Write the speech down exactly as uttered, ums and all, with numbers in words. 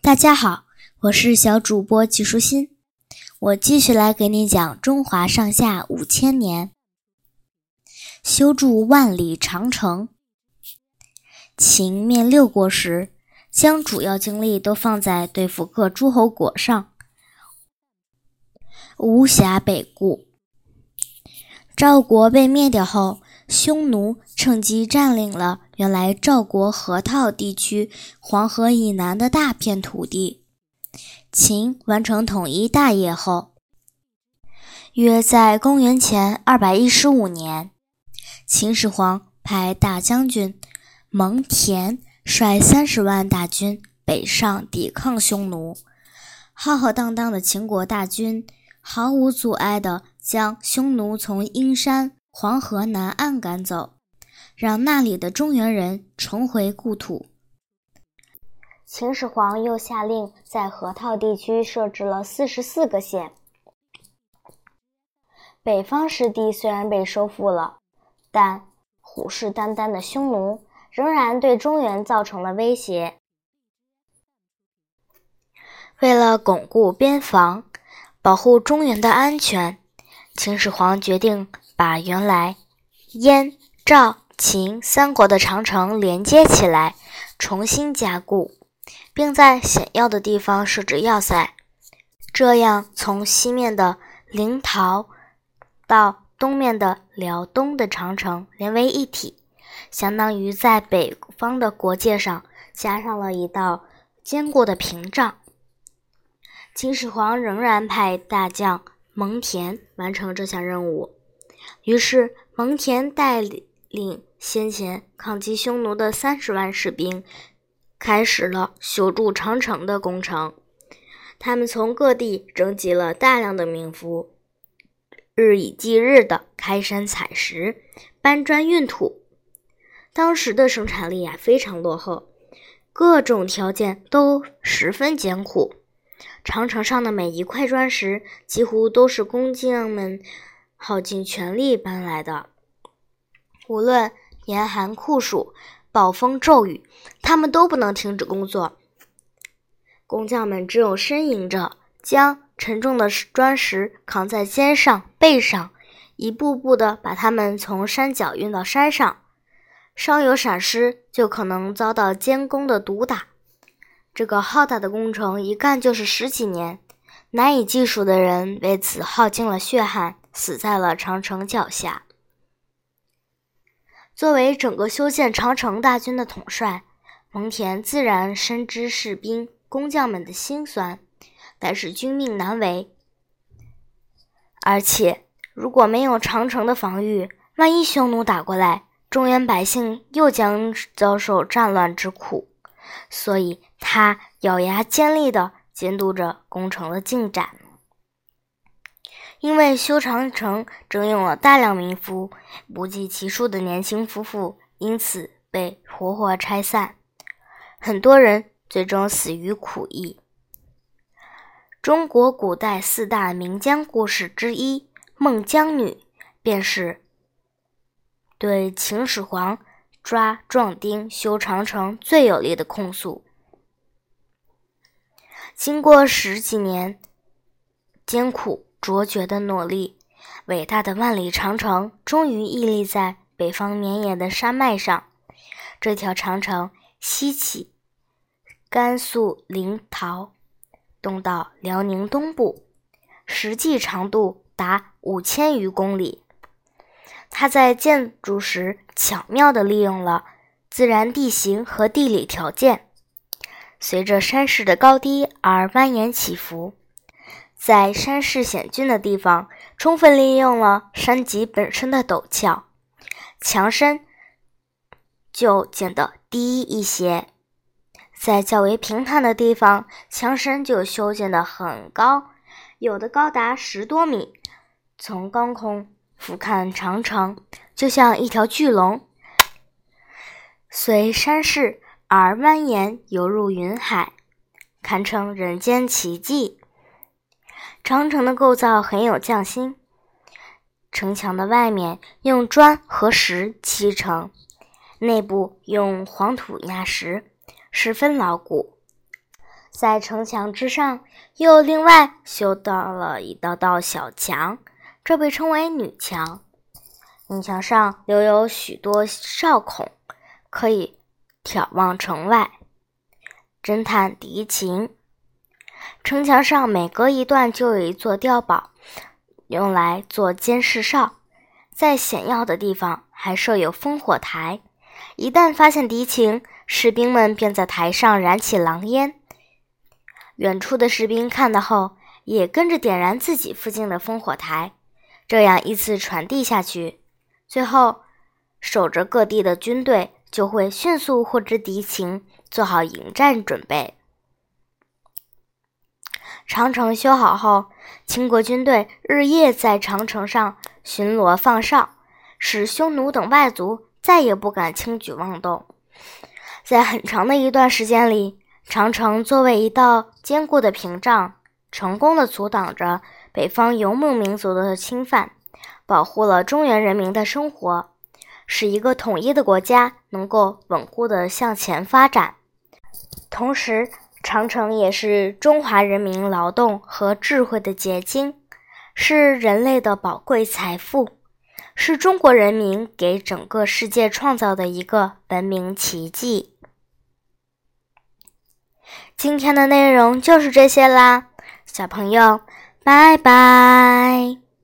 大家好，我是小主播季舒心，我继续来给你讲中华上下五千年。修筑万里长城。秦灭六国时，将主要精力都放在对付各诸侯国上，无暇北顾。赵国被灭掉后，匈奴趁机占领了原来赵国河套地区黄河以南的大片土地。秦完成统一大业后，约在公元前二百一十五年，秦始皇派大将军蒙恬率三十万大军北上抵抗匈奴。浩浩荡荡的秦国大军毫无阻碍地将匈奴从阴山黄河南岸赶走，让那里的中原人重回故土。秦始皇又下令在河套地区设置了四十四个县。北方失地虽然被收复了，但虎视眈眈的匈奴仍然对中原造成了威胁。为了巩固边防，保护中原的安全，秦始皇决定把原来燕、赵、秦三国的长城连接起来，重新加固，并在险要的地方设置要塞，这样从西面的临洮到东面的辽东的长城连为一体，相当于在北方的国界上加上了一道坚固的屏障。秦始皇仍然派大将蒙恬完成这项任务，于是蒙恬带领先前抗击匈奴的三十万士兵，开始了修筑长城的工程。他们从各地征集了大量的民夫，日以继日地开山采石、搬砖运土。当时的生产力啊非常落后，各种条件都十分艰苦。长城上的每一块砖石几乎都是工匠们耗尽全力搬来的。无论严寒酷暑、暴风骤雨，他们都不能停止工作。工匠们只有呻吟着，将沉重的砖石扛在肩上、背上，一步步地把它们从山脚运到山上。稍有闪失，就可能遭到监工的毒打。这个浩大的工程一干就是十几年，难以计数的人为此耗尽了血汗，死在了长城脚下。作为整个修建长城大军的统帅，蒙恬自然深知士兵、工匠们的辛酸，但是军命难违。而且如果没有长城的防御，万一匈奴打过来，中原百姓又将遭受战乱之苦。所以他咬牙坚立地监督着工程的进展。因为修长城征用了大量民夫，不计其数的年轻夫妇因此被活活拆散，很多人最终死于苦役。中国古代四大名将故事之一孟姜女，便是对秦始皇抓壮丁修长城最有力的控诉。经过十几年艰苦卓绝的努力，伟大的万里长城终于屹立在北方绵延的山脉上。这条长城西起甘肃临洮，东到辽宁东部，实际长度达五千余公里。它在建筑时巧妙地利用了自然地形和地理条件，随着山势的高低而蜿蜒起伏。在山势险峻的地方，充分利用了山脊本身的陡峭，墙身就建得低一些；在较为平坦的地方，墙身就修建得很高，有的高达十多米。从高空俯瞰长城，就像一条巨龙，随山势而蜿蜒游入云海，堪称人间奇迹。长城的构造很有匠心，城墙的外面用砖和石砌成，内部用黄土压实，十分牢固。 在城墙之上又另外修到了一道道小墙，这被称为女墙。女墙上留有许多哨孔，可以眺望城外，侦探敌情。城墙上每隔一段就有一座碉堡，用来做监视哨。在险要的地方还设有烽火台，一旦发现敌情，士兵们便在台上燃起狼烟。远处的士兵看到后，也跟着点燃自己附近的烽火台，这样依次传递下去。最后，守着各地的军队就会迅速获知敌情，做好迎战准备。长城修好后，秦国军队日夜在长城上巡逻放哨，使匈奴等外族再也不敢轻举妄动。在很长的一段时间里，长城作为一道坚固的屏障，成功地阻挡着北方游牧民族的侵犯，保护了中原人民的生活，使一个统一的国家能够稳固地向前发展。同时，长城也是中华人民劳动和智慧的结晶，是人类的宝贵财富，是中国人民给整个世界创造的一个文明奇迹。今天的内容就是这些啦，小朋友，拜拜。